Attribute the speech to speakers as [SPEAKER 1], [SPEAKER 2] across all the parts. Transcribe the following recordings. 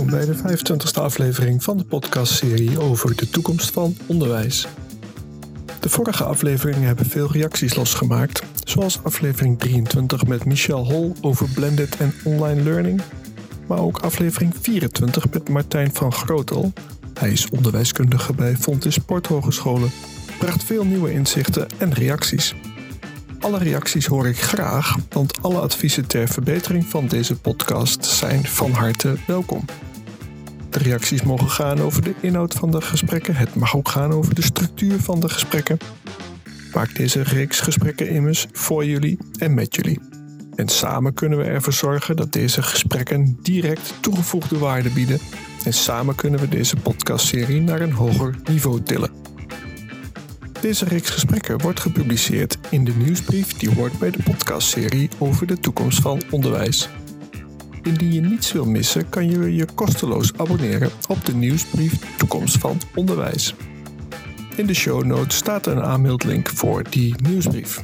[SPEAKER 1] welkom bij de 25e aflevering van de podcastserie over de toekomst van onderwijs. De vorige afleveringen hebben veel reacties losgemaakt, zoals aflevering 23 met Michelle Hol over blended en online learning, maar ook aflevering 24 met Martijn van Grootel. Hij is onderwijskundige bij Fontys Sporthogescholen, bracht veel nieuwe inzichten en reacties. Alle reacties hoor ik graag, want alle adviezen ter verbetering van deze podcast zijn van harte welkom. De reacties mogen gaan over de inhoud van de gesprekken, het mag ook gaan over de structuur van de gesprekken. Maak deze reeks gesprekken immers voor jullie en met jullie. En samen kunnen we ervoor zorgen dat deze gesprekken direct toegevoegde waarde bieden en samen kunnen we deze podcastserie naar een hoger niveau tillen. Deze reeks gesprekken wordt gepubliceerd in de nieuwsbrief die hoort bij de podcastserie over de toekomst van onderwijs. Indien je niets wil missen, kan je je kosteloos abonneren op de nieuwsbrief Toekomst van Onderwijs. In de show notes staat een aanmeldlink voor die nieuwsbrief.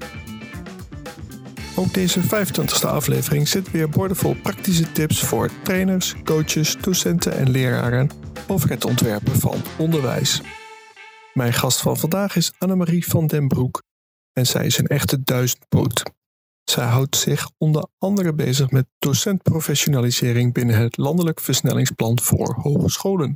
[SPEAKER 1] Ook deze 25e aflevering zit weer boordevol praktische tips voor trainers, coaches, docenten en leraren over het ontwerpen van onderwijs. Mijn gast van vandaag is Annemarie van den Broek en zij is een echte duizendpoot. Zij houdt zich onder andere bezig met docentprofessionalisering binnen het Landelijk Versnellingsplan voor Hogescholen.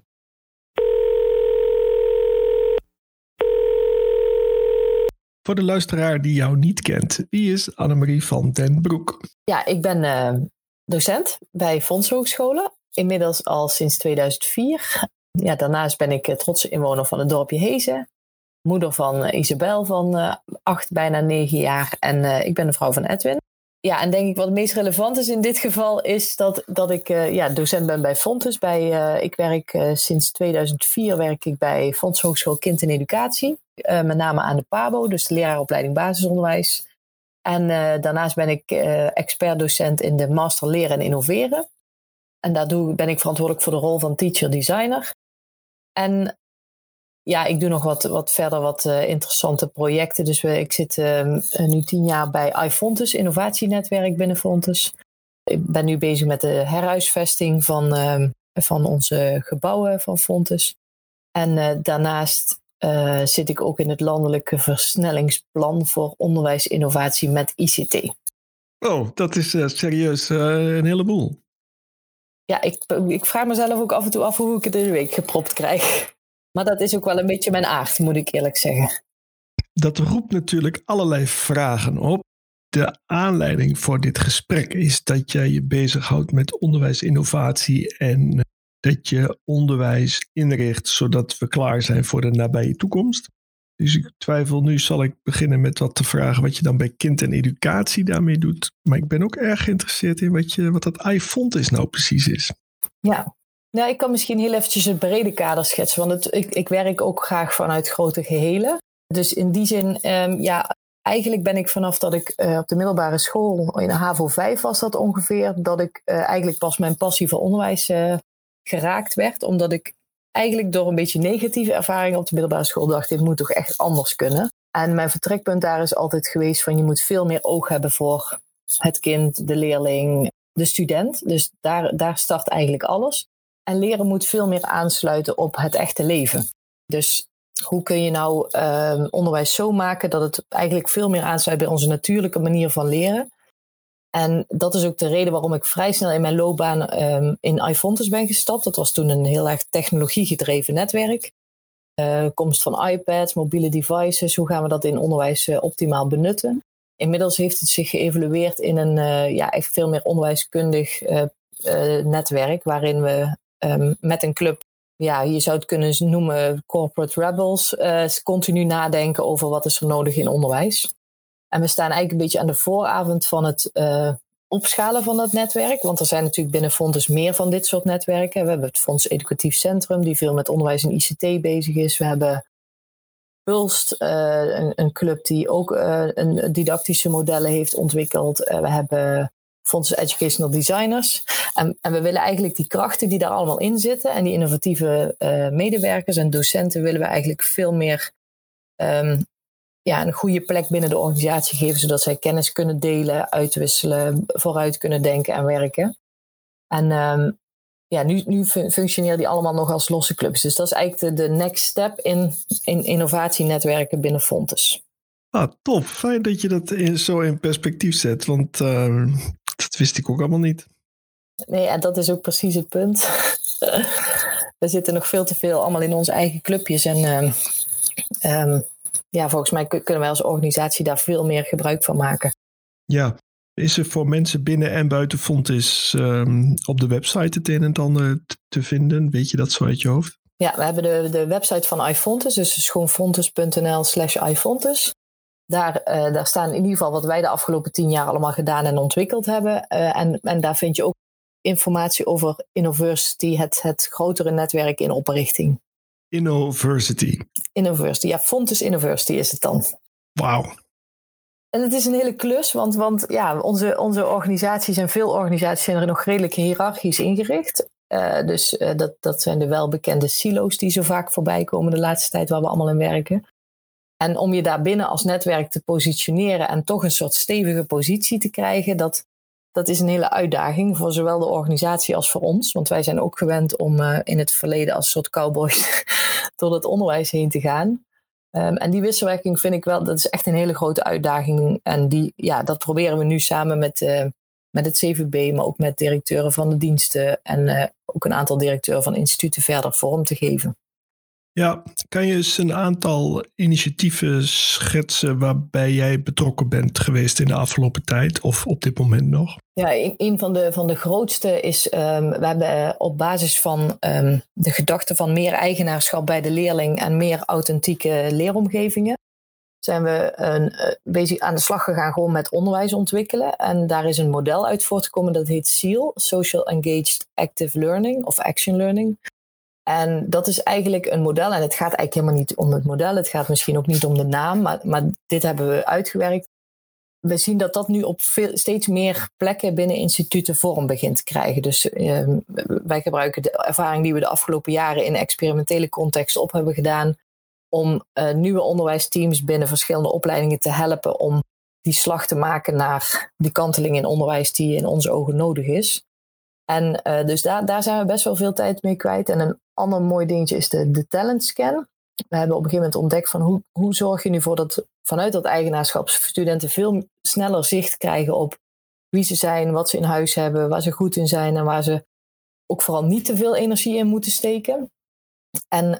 [SPEAKER 1] Voor de luisteraar die jou niet kent, wie is Annemarie van den Broek?
[SPEAKER 2] Ja, ik ben docent bij Fontys Hogescholen, inmiddels al sinds 2004. Ja, daarnaast ben ik trotse inwoner van het dorpje Hezen. Moeder van Isabel van 8, bijna 9 jaar. En ik ben de vrouw van Edwin. Ja, en denk ik wat het meest relevant is in dit geval is dat ik docent ben bij Fontys. Ik werk sinds 2004 werk ik bij Fontys Hogeschool Kind en Educatie. Met name aan de PABO, dus de leraaropleiding basisonderwijs. En daarnaast ben ik expert-docent in de Master Leren en Innoveren. En daar ben ik verantwoordelijk voor de rol van teacher-designer. En ja, ik doe nog wat interessante projecten. Dus ik zit nu 10 jaar bij iFontys, innovatienetwerk binnen Fontys. Ik ben nu bezig met de herhuisvesting van onze gebouwen van Fontys. En daarnaast zit ik ook in het landelijke versnellingsplan voor onderwijsinnovatie met ICT.
[SPEAKER 1] Oh, dat is serieus een heleboel.
[SPEAKER 2] Ja, ik vraag mezelf ook af en toe af hoe ik het in de week gepropt krijg. Maar dat is ook wel een beetje mijn aard, moet ik eerlijk zeggen.
[SPEAKER 1] Dat roept natuurlijk allerlei vragen op. De aanleiding voor dit gesprek is dat jij je bezighoudt met onderwijsinnovatie en dat je onderwijs inricht zodat we klaar zijn voor de nabije toekomst. Dus ik twijfel, nu zal ik beginnen met wat te vragen wat je dan bij kind en educatie daarmee doet. Maar ik ben ook erg geïnteresseerd in wat dat iFontys nou precies is.
[SPEAKER 2] Ja, nou, ik kan misschien heel eventjes het brede kader schetsen, want ik werk ook graag vanuit grote gehelen. Dus in die zin, eigenlijk ben ik vanaf dat ik op de middelbare school, in de HAVO 5 was dat ongeveer, dat ik eigenlijk pas mijn passie voor onderwijs geraakt werd. Omdat ik eigenlijk door een beetje negatieve ervaringen op de middelbare school dacht, dit moet toch echt anders kunnen. En mijn vertrekpunt daar is altijd geweest van je moet veel meer oog hebben voor het kind, de leerling, de student. Dus daar start eigenlijk alles. En leren moet veel meer aansluiten op het echte leven. Dus hoe kun je nou onderwijs zo maken dat het eigenlijk veel meer aansluit bij onze natuurlijke manier van leren. En dat is ook de reden waarom ik vrij snel in mijn loopbaan in iFontys ben gestapt. Dat was toen een heel erg technologiegedreven netwerk. Komst van iPads, mobiele devices. Hoe gaan we dat in onderwijs optimaal benutten? Inmiddels heeft het zich geëvolueerd in een echt veel meer onderwijskundig netwerk. Waarin we met een club, je zou het kunnen noemen corporate rebels, continu nadenken over wat is er nodig in onderwijs. En we staan eigenlijk een beetje aan de vooravond van het opschalen van dat netwerk. Want er zijn natuurlijk binnen Fontys meer van dit soort netwerken. We hebben het Fonds Educatief Centrum, die veel met onderwijs en ICT bezig is. We hebben Pulst, een club die ook een didactische modellen heeft ontwikkeld. We hebben Fontys Educational Designers. En we willen eigenlijk die krachten die daar allemaal in zitten en die innovatieve medewerkers en docenten willen we eigenlijk veel meer een goede plek binnen de organisatie geven, zodat zij kennis kunnen delen, uitwisselen, vooruit kunnen denken en werken. En nu functioneren die allemaal nog als losse clubs. Dus dat is eigenlijk de next step in innovatienetwerken binnen Fontes.
[SPEAKER 1] Top. Fijn dat je dat zo in perspectief zet, want dat wist ik ook allemaal niet.
[SPEAKER 2] Nee, en dat is ook precies het punt. We zitten nog veel te veel allemaal in onze eigen clubjes. En volgens mij kunnen wij als organisatie daar veel meer gebruik van maken.
[SPEAKER 1] Ja, is er voor mensen binnen en buiten Fontes op de website het een en ander te vinden? Weet je dat zo uit je hoofd?
[SPEAKER 2] Ja, we hebben de website van iFontes, dus het is gewoon fontes.nl/iFontes. Daar staan in ieder geval wat wij de afgelopen 10 jaar allemaal gedaan en ontwikkeld hebben. En daar vind je ook informatie over Innoversity, het grotere netwerk in oprichting.
[SPEAKER 1] Innoversity,
[SPEAKER 2] ja, Fontes Innoversity is het dan.
[SPEAKER 1] Wauw.
[SPEAKER 2] En het is een hele klus, want ja, onze organisaties en veel organisaties zijn er nog redelijk hiërarchisch ingericht. Dat zijn de welbekende silo's die zo vaak voorbij komen de laatste tijd waar we allemaal in werken. En om je daar binnen als netwerk te positioneren en toch een soort stevige positie te krijgen, dat is een hele uitdaging voor zowel de organisatie als voor ons. Want wij zijn ook gewend om in het verleden als soort cowboys door het onderwijs heen te gaan. En die wisselwerking vind ik wel, dat is echt een hele grote uitdaging. En dat proberen we nu samen met het CVB, maar ook met directeuren van de diensten en ook een aantal directeuren van instituten verder vorm te geven.
[SPEAKER 1] Ja, kan je eens een aantal initiatieven schetsen waarbij jij betrokken bent geweest in de afgelopen tijd of op dit moment nog?
[SPEAKER 2] Ja, een van de grootste is, we hebben op basis van de gedachte van meer eigenaarschap bij de leerling en meer authentieke leeromgevingen, zijn we bezig aan de slag gegaan gewoon met onderwijs ontwikkelen. En daar is een model uit voortgekomen dat heet SEAL, Social Engaged Active Learning of Action Learning. En dat is eigenlijk een model, en het gaat eigenlijk helemaal niet om het model, het gaat misschien ook niet om de naam, maar dit hebben we uitgewerkt. We zien dat nu op steeds meer plekken binnen instituten vorm begint te krijgen. Dus wij gebruiken de ervaring die we de afgelopen jaren in experimentele context op hebben gedaan om nieuwe onderwijsteams binnen verschillende opleidingen te helpen om die slag te maken naar die kanteling in onderwijs die in onze ogen nodig is. En dus daar zijn we best wel veel tijd mee kwijt. En een ander mooi dingetje is de talent scan. We hebben op een gegeven moment ontdekt van hoe zorg je nu voor dat vanuit dat eigenaarschap studenten veel sneller zicht krijgen op wie ze zijn, wat ze in huis hebben, waar ze goed in zijn en waar ze ook vooral niet te veel energie in moeten steken. En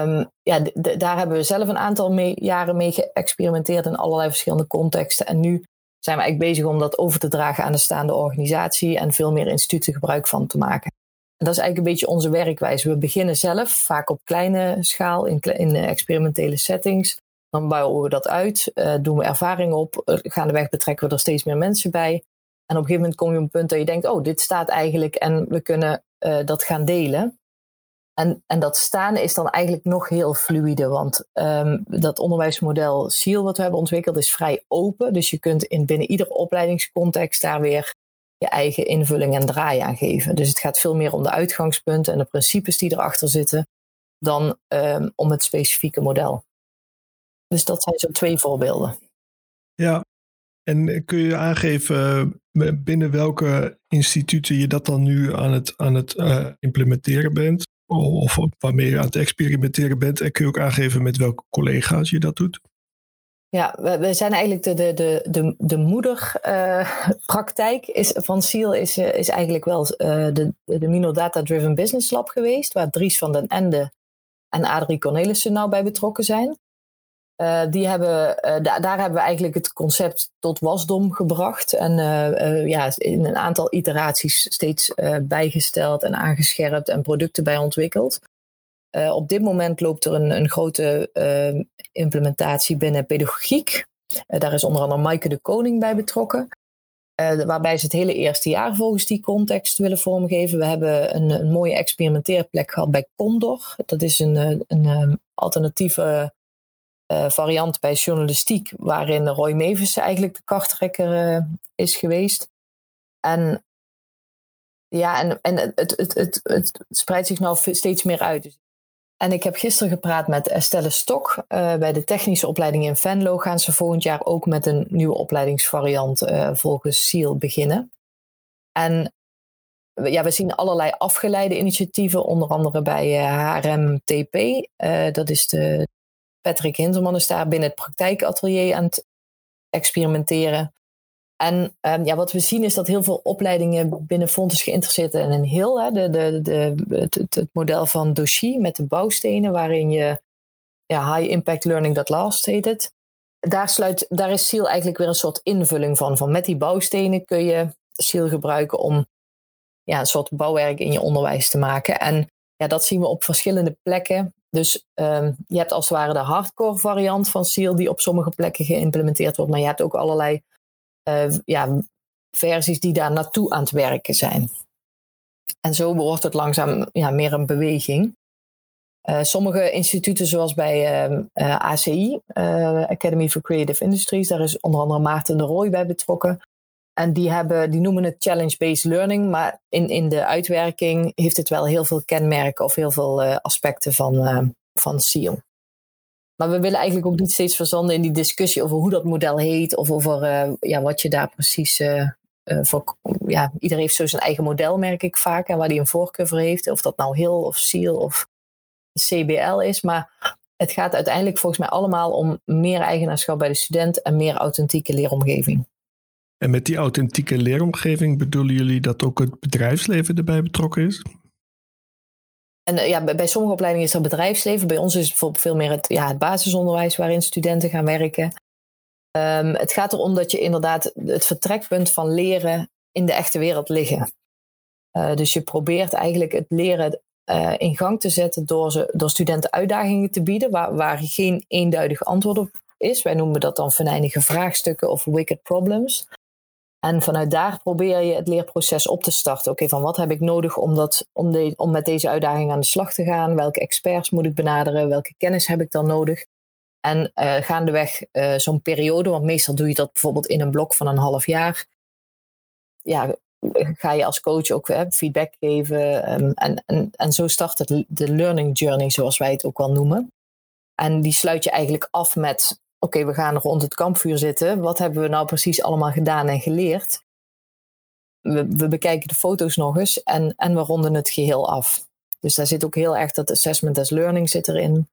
[SPEAKER 2] daar hebben we zelf een aantal jaren mee geëxperimenteerd in allerlei verschillende contexten. En nu zijn we eigenlijk bezig om dat over te dragen aan de staande organisatie en veel meer instituten gebruik van te maken. En dat is eigenlijk een beetje onze werkwijze. We beginnen zelf, vaak op kleine schaal, in experimentele settings. Dan bouwen we dat uit, doen we ervaring op, gaandeweg betrekken we er steeds meer mensen bij. En op een gegeven moment kom je op een punt dat je denkt, dit staat eigenlijk en we kunnen dat gaan delen. En dat staan is dan eigenlijk nog heel fluïde, want dat onderwijsmodel SEAL wat we hebben ontwikkeld is vrij open. Dus je kunt binnen ieder opleidingscontext daar weer je eigen invulling en draai aan geven. Dus het gaat veel meer om de uitgangspunten en de principes die erachter zitten dan om het specifieke model. Dus dat zijn zo 2 voorbeelden.
[SPEAKER 1] Ja, en kun je aangeven binnen welke instituten je dat dan nu aan het implementeren bent? Of waarmee je aan het experimenteren bent? En kun je ook aangeven met welke collega's je dat doet?
[SPEAKER 2] Ja, we zijn eigenlijk de moederpraktijk van SEAL is eigenlijk wel de Mino Data Driven Business Lab geweest, waar Dries van den Ende en Adrie Cornelissen nou bij betrokken zijn. Daar hebben we eigenlijk het concept tot wasdom gebracht en in een aantal iteraties steeds bijgesteld en aangescherpt en producten bij ontwikkeld. Op dit moment loopt er een grote implementatie binnen pedagogiek. Daar is onder andere Maaike de Koning bij betrokken. Waarbij ze het hele eerste jaar volgens die context willen vormgeven. We hebben een mooie experimenteerplek gehad bij Condor. Dat is een alternatieve variant bij journalistiek, waarin Roy Mevis eigenlijk de karttrekker is geweest. En het spreidt zich nou steeds meer uit. En ik heb gisteren gepraat met Estelle Stok. Bij de technische opleiding in Venlo gaan ze volgend jaar ook met een nieuwe opleidingsvariant volgens SEAL beginnen. En we zien allerlei afgeleide initiatieven, onder andere bij HRMTP. Dat is Patrick Hinterman is daar binnen het praktijkatelier aan het experimenteren. En wat we zien is dat heel veel opleidingen binnen Fontys geïnteresseerd zijn in HIL. Het model van Doshi met de bouwstenen waarin je high impact learning that last heet het. Daar is SEAL eigenlijk weer een soort invulling van. Met die bouwstenen kun je SEAL gebruiken om een soort bouwwerk in je onderwijs te maken. En dat zien we op verschillende plekken. Dus je hebt als het ware de hardcore variant van SEAL die op sommige plekken geïmplementeerd wordt. Maar je hebt ook allerlei versies die daar naartoe aan het werken zijn. En zo wordt het langzaam meer een beweging. Sommige instituten zoals bij ACI, Academy for Creative Industries, daar is onder andere Maarten de Rooij bij betrokken. En die noemen het challenge-based learning, maar in de uitwerking heeft het wel heel veel kenmerken of heel veel aspecten van SEAL. Maar we willen eigenlijk ook niet steeds verzanden in die discussie over hoe dat model heet of over wat je daar precies voor. Ja, iedereen heeft zo zijn eigen model, merk ik vaak, en waar hij een voorkeur voor heeft. Of dat nou HIL of SEAL of CBL is. Maar het gaat uiteindelijk volgens mij allemaal om meer eigenaarschap bij de student en meer authentieke leeromgeving.
[SPEAKER 1] En met die authentieke leeromgeving bedoelen jullie dat ook het bedrijfsleven erbij betrokken is?
[SPEAKER 2] En bij sommige opleidingen is dat bedrijfsleven. Bij ons is het bijvoorbeeld veel meer het basisonderwijs waarin studenten gaan werken. Het gaat erom dat je inderdaad het vertrekpunt van leren in de echte wereld liggen. Dus je probeert eigenlijk het leren in gang te zetten door studenten uitdagingen te bieden waar geen eenduidig antwoord op is. Wij noemen dat dan venijnige vraagstukken of wicked problems. En vanuit daar probeer je het leerproces op te starten. Oké, van wat heb ik nodig om met deze uitdaging aan de slag te gaan? Welke experts moet ik benaderen? Welke kennis heb ik dan nodig? En gaandeweg zo'n periode, want meestal doe je dat bijvoorbeeld in een blok van een half jaar. Ja, ga je als coach ook feedback geven. En zo start de learning journey, zoals wij het ook wel noemen. En die sluit je eigenlijk af met, oké, we gaan rond het kampvuur zitten. Wat hebben we nou precies allemaal gedaan en geleerd? We bekijken de foto's nog eens en we ronden het geheel af. Dus daar zit ook heel erg dat assessment as learning zit erin.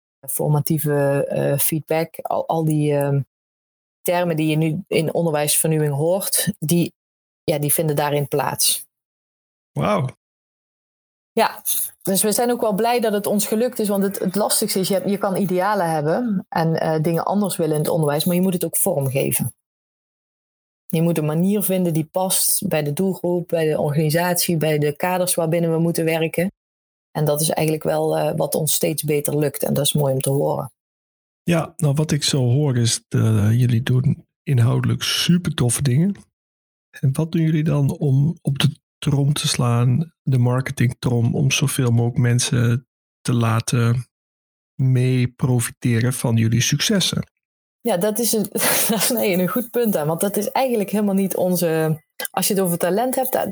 [SPEAKER 2] Formatieve feedback. Al die termen die je nu in onderwijsvernieuwing hoort, die vinden daarin plaats.
[SPEAKER 1] Wauw.
[SPEAKER 2] Ja, dus we zijn ook wel blij dat het ons gelukt is. Want het lastigste is, je kan idealen hebben en dingen anders willen in het onderwijs, maar je moet het ook vormgeven. Je moet een manier vinden die past bij de doelgroep, bij de organisatie, bij de kaders waarbinnen we moeten werken. En dat is eigenlijk wel wat ons steeds beter lukt. En dat is mooi om te horen.
[SPEAKER 1] Ja, nou wat ik zo hoor is, jullie doen inhoudelijk super toffe dingen. En wat doen jullie dan om op de trom te slaan, de marketingtrom, om zoveel mogelijk mensen te laten mee profiteren van jullie successen?
[SPEAKER 2] Ja, dat is een goed punt aan. Want dat is eigenlijk helemaal niet onze. Als je het over talent hebt,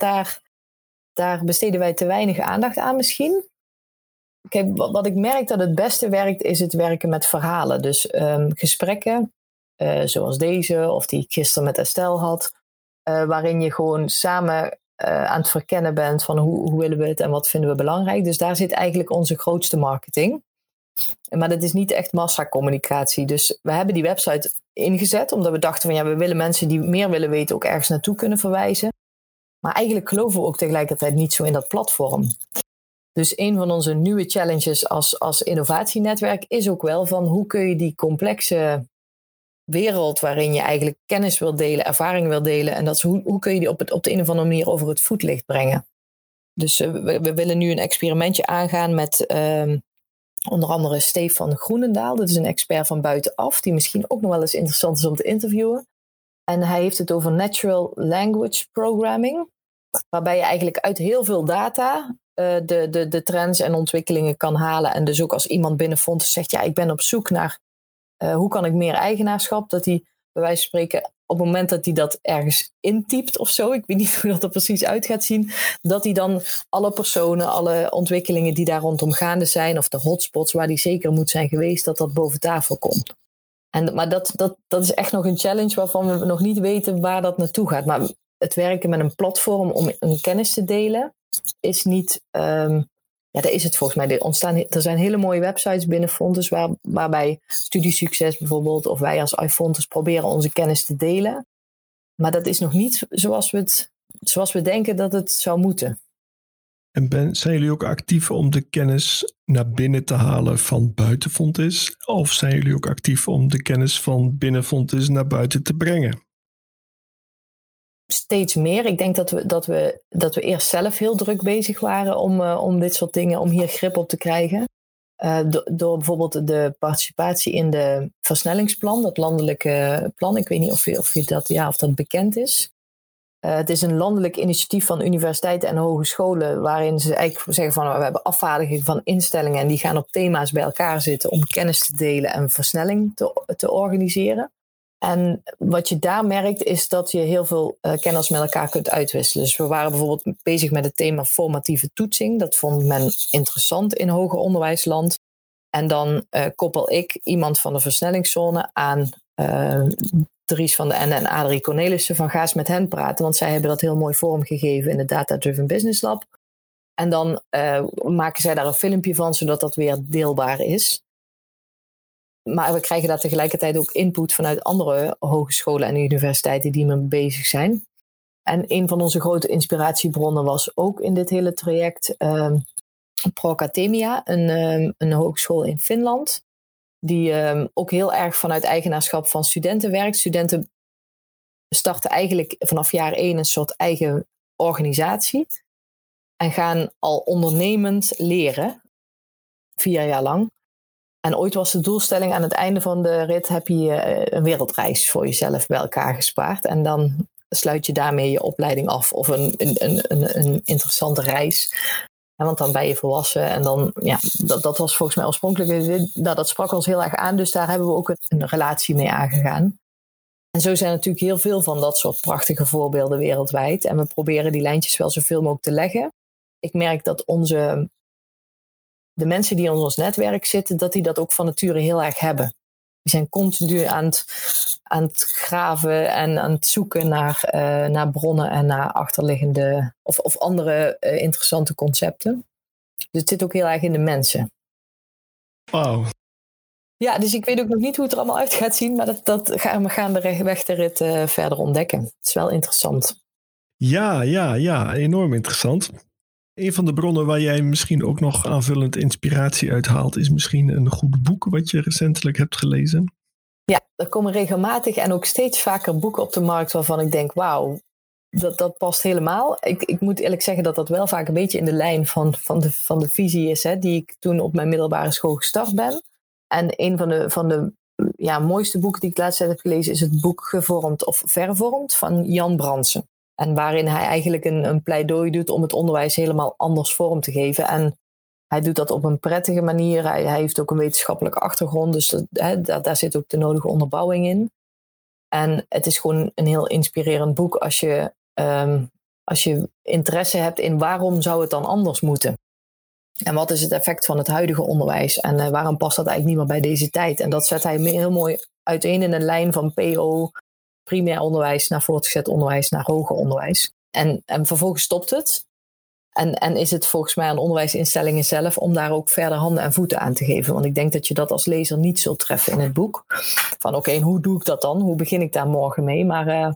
[SPEAKER 2] daar besteden wij te weinig aandacht aan misschien. Kijk, wat ik merk dat het beste werkt, is het werken met verhalen. Dus gesprekken, zoals deze, of die ik gisteren met Estelle had, waarin je gewoon samen aan het verkennen bent van hoe willen we het en wat vinden we belangrijk. Dus daar zit eigenlijk onze grootste marketing. Maar dat is niet echt massacommunicatie. Dus we hebben die website ingezet, omdat we dachten van we willen mensen die meer willen weten ook ergens naartoe kunnen verwijzen. Maar eigenlijk geloven we ook tegelijkertijd niet zo in dat platform. Dus een van onze nieuwe challenges als innovatienetwerk is ook wel van hoe kun je die complexe wereld waarin je eigenlijk kennis wil delen, ervaring wil delen. En dat is hoe kun je die op de een of andere manier over het voetlicht brengen. Dus we willen nu een experimentje aangaan met onder andere Stefan Groenendaal. Dat is een expert van buitenaf die misschien ook nog wel eens interessant is om te interviewen. En hij heeft het over natural language programming. Waarbij je eigenlijk uit heel veel data de trends en ontwikkelingen kan halen. En dus ook als iemand binnen Fontys zegt, ik ben op zoek naar hoe kan ik meer eigenaarschap, dat hij bij wijze van spreken op het moment dat hij dat ergens intypt of zo, ik weet niet hoe dat er precies uit gaat zien, dat hij dan alle personen, alle ontwikkelingen die daar rondom gaande zijn, of de hotspots waar die zeker moet zijn geweest, dat boven tafel komt. Maar dat is echt nog een challenge waarvan we nog niet weten waar dat naartoe gaat. Maar het werken met een platform om een kennis te delen is niet... daar is het volgens mij. Er zijn hele mooie websites binnen Fontes waarbij Studiesucces bijvoorbeeld of wij als iFontes proberen onze kennis te delen. Maar dat is nog niet zoals we denken dat het zou moeten.
[SPEAKER 1] En zijn jullie ook actief om de kennis naar binnen te halen van buiten Fontes? Of zijn jullie ook actief om de kennis van binnen Fontes naar buiten te brengen?
[SPEAKER 2] Steeds meer. Ik denk dat we eerst zelf heel druk bezig waren om dit soort dingen, om hier grip op te krijgen. Door bijvoorbeeld de participatie in de versnellingsplan, dat landelijke plan. Ik weet niet of dat bekend is. Het is een landelijk initiatief van universiteiten en hogescholen waarin ze eigenlijk zeggen van we hebben afvaardiging van instellingen en die gaan op thema's bij elkaar zitten om kennis te delen en versnelling te organiseren. En wat je daar merkt is dat je heel veel kennis met elkaar kunt uitwisselen. Dus we waren bijvoorbeeld bezig met het thema formatieve toetsing. Dat vond men interessant in hoger onderwijsland. En dan koppel ik iemand van de versnellingszone aan Dries van de Ende en Adrie Cornelissen van ga eens met hen praten. Want zij hebben dat heel mooi vormgegeven in het Data Driven Business Lab. En dan maken zij daar een filmpje van, zodat dat weer deelbaar is. Maar we krijgen daar tegelijkertijd ook input vanuit andere hogescholen en universiteiten die mee bezig zijn. En een van onze grote inspiratiebronnen was ook in dit hele traject Procademia, een hogeschool in Finland. Die ook heel erg vanuit eigenaarschap van studenten werkt. Studenten starten eigenlijk vanaf jaar 1 een soort eigen organisatie. En gaan al ondernemend leren. 4 jaar lang. En ooit was de doelstelling aan het einde van de rit heb je een wereldreis voor jezelf bij elkaar gespaard. En dan sluit je daarmee je opleiding af of een interessante reis. En want dan ben je volwassen en dan, ja, dat was volgens mij oorspronkelijk, dat sprak ons heel erg aan. Dus daar hebben we ook een relatie mee aangegaan. En zo zijn natuurlijk heel veel van dat soort prachtige voorbeelden wereldwijd. En we proberen die lijntjes wel zoveel mogelijk te leggen. Ik merk dat de mensen die in ons netwerk zitten, dat die dat ook van nature heel erg hebben. Die zijn continu aan het graven en aan het zoeken naar bronnen en naar achterliggende of andere interessante concepten. Dus het zit ook heel erg in de mensen.
[SPEAKER 1] Wauw.
[SPEAKER 2] Ja, dus ik weet ook nog niet hoe het er allemaal uit gaat zien, maar we gaan de weg de rit verder ontdekken. Het is wel interessant.
[SPEAKER 1] Ja, enorm interessant. Een van de bronnen waar jij misschien ook nog aanvullend inspiratie uithaalt is misschien een goed boek wat je recentelijk hebt gelezen.
[SPEAKER 2] Ja, er komen regelmatig en ook steeds vaker boeken op de markt waarvan ik denk, wauw, dat past helemaal. Ik moet eerlijk zeggen dat wel vaak een beetje in de lijn van de visie is, hè, die ik toen op mijn middelbare school gestart ben. En een van de mooiste boeken die ik laatst heb gelezen is het boek Gevormd of Vervormd van Jan Bransen. En waarin hij eigenlijk een pleidooi doet om het onderwijs helemaal anders vorm te geven. En hij doet dat op een prettige manier. Hij heeft ook een wetenschappelijke achtergrond. Dus daar zit ook de nodige onderbouwing in. En het is gewoon een heel inspirerend boek als je interesse hebt in waarom zou het dan anders moeten. En wat is het effect van het huidige onderwijs? En waarom past dat eigenlijk niet meer bij deze tijd? En dat zet hij heel mooi uiteen in een lijn van PO, primair onderwijs, naar voortgezet onderwijs, naar hoger onderwijs. En vervolgens stopt het. En is het volgens mij aan onderwijsinstellingen zelf om daar ook verder handen en voeten aan te geven. Want ik denk dat je dat als lezer niet zult treffen in het boek. Van oké, hoe doe ik dat dan? Hoe begin ik daar morgen mee? Maar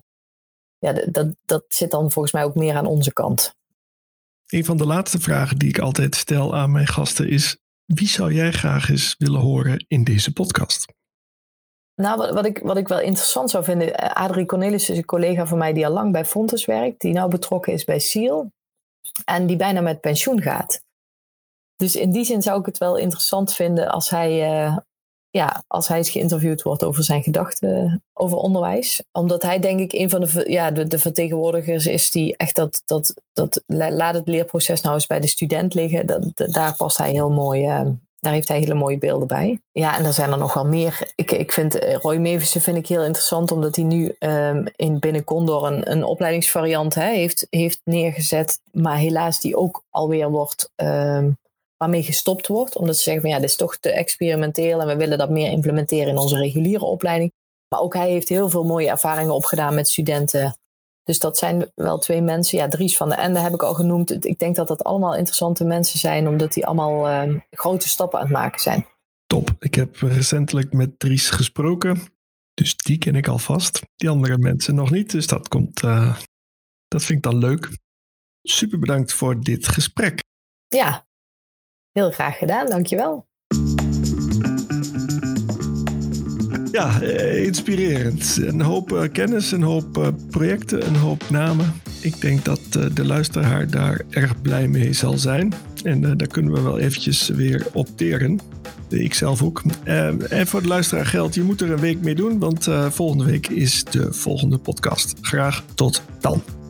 [SPEAKER 2] dat zit dan volgens mij ook meer aan onze kant.
[SPEAKER 1] Een van de laatste vragen die ik altijd stel aan mijn gasten is: wie zou jij graag eens willen horen in deze podcast?
[SPEAKER 2] Nou, wat ik wel interessant zou vinden, Adrie Cornelissen is een collega van mij die al lang bij Fontes werkt, die nou betrokken is bij SEAL en die bijna met pensioen gaat. Dus in die zin zou ik het wel interessant vinden als hij eens geïnterviewd wordt over zijn gedachten over onderwijs. Omdat hij denk ik een van de vertegenwoordigers is die echt dat laat het leerproces nou eens bij de student liggen. Daar past hij heel mooi. Daar heeft hij hele mooie beelden bij. Ja, en er zijn er nog wel meer. Ik vind Roy Mevissen vind ik heel interessant, omdat hij nu binnen Condor een opleidingsvariant heeft neergezet, maar helaas die ook alweer wordt waarmee gestopt wordt. Omdat ze zeggen van dit is toch te experimenteel en we willen dat meer implementeren in onze reguliere opleiding. Maar ook hij heeft heel veel mooie ervaringen opgedaan met studenten Dus dat zijn wel 2 mensen. Ja, Dries van den Ende heb ik al genoemd. Ik denk dat dat allemaal interessante mensen zijn, omdat die allemaal grote stappen aan het maken zijn.
[SPEAKER 1] Top. Ik heb recentelijk met Dries gesproken. Dus die ken ik alvast. Die andere mensen nog niet. Dus dat vind ik dan leuk. Super bedankt voor dit gesprek.
[SPEAKER 2] Ja, heel graag gedaan. Dankjewel.
[SPEAKER 1] Ja, inspirerend. Een hoop kennis, een hoop projecten, een hoop namen. Ik denk dat de luisteraar daar erg blij mee zal zijn. En daar kunnen we wel eventjes weer opteren. Ik zelf ook. En voor de luisteraar geldt, je moet er een week mee doen, want volgende week is de volgende podcast. Graag tot dan.